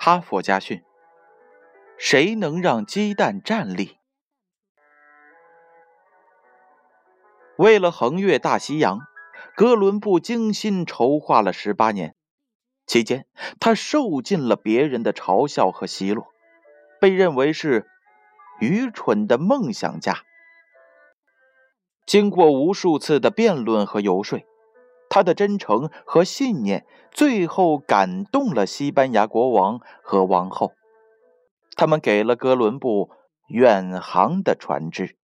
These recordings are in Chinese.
哈佛家训：谁能让鸡蛋站立？为了横越大西洋，哥伦布精心筹划了18年，期间他受尽了别人的嘲笑和奚落，被认为是愚蠢的梦想家。经过无数次的辩论和游说，他的真诚和信念最后感动了西班牙国王和王后，他们给了哥伦布远航的船只。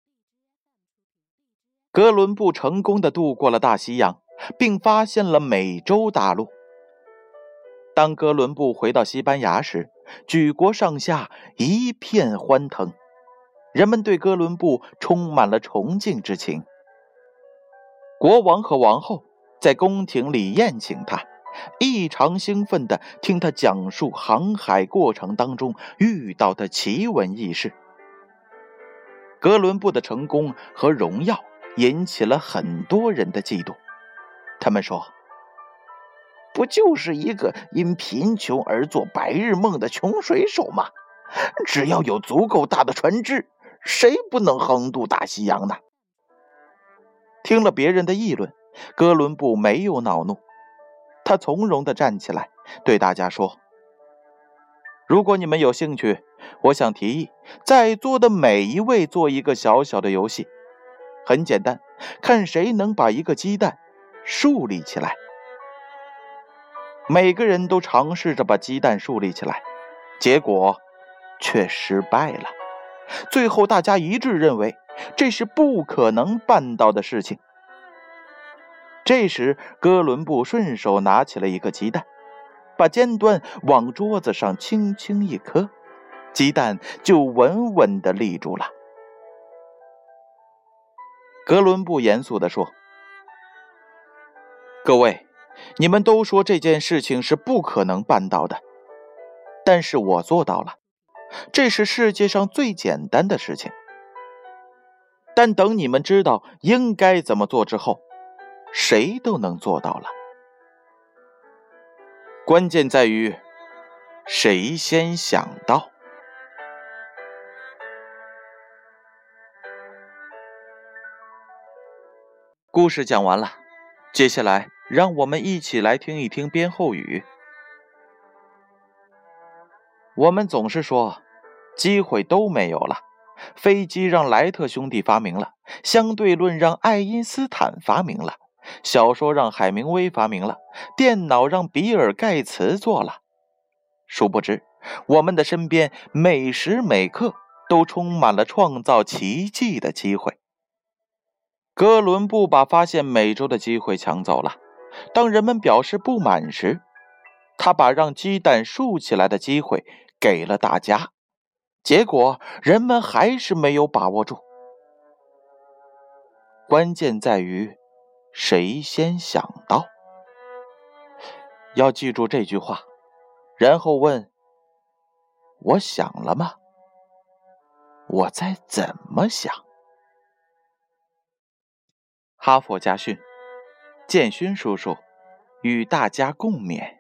哥伦布成功地渡过了大西洋，并发现了美洲大陆。当哥伦布回到西班牙时，举国上下一片欢腾，人们对哥伦布充满了崇敬之情。国王和王后在宫廷里宴请他，异常兴奋地听他讲述航海过程当中遇到的奇闻异事。哥伦布的成功和荣耀引起了很多人的嫉妒，他们说， 不就是一个因贫穷而做白日梦的穷水手吗？只要有足够大的船只，谁不能横渡大西洋呢？ 听了别人的议论，哥伦布没有恼怒，他从容地站起来，对大家说，如果你们有兴趣，我想提议在座的每一位做一个小小的游戏，很简单，看谁能把一个鸡蛋竖立起来。每个人都尝试着把鸡蛋竖立起来，结果却失败了。最后大家一致认为这是不可能办到的事情。这时哥伦布顺手拿起了一个鸡蛋，把尖端往桌子上轻轻一磕，鸡蛋就稳稳地立住了。哥伦布严肃地说，各位，你们都说这件事情是不可能办到的，但是我做到了，这是世界上最简单的事情。但等你们知道应该怎么做之后，谁都能做到了。关键在于谁先想到。故事讲完了，接下来让我们一起来听一听编后语。我们总是说机会都没有了，飞机让莱特兄弟发明了，相对论让爱因斯坦发明了，小说让海明威发明了，电脑让比尔盖茨做了。殊不知，我们的身边每时每刻都充满了创造奇迹的机会。哥伦布把发现美洲的机会抢走了，当人们表示不满时，他把让鸡蛋竖起来的机会给了大家，结果人们还是没有把握住。关键在于谁先想到。要记住这句话，然后问，我想了吗？我在怎么想？哈佛家训，建勋叔叔与大家共勉。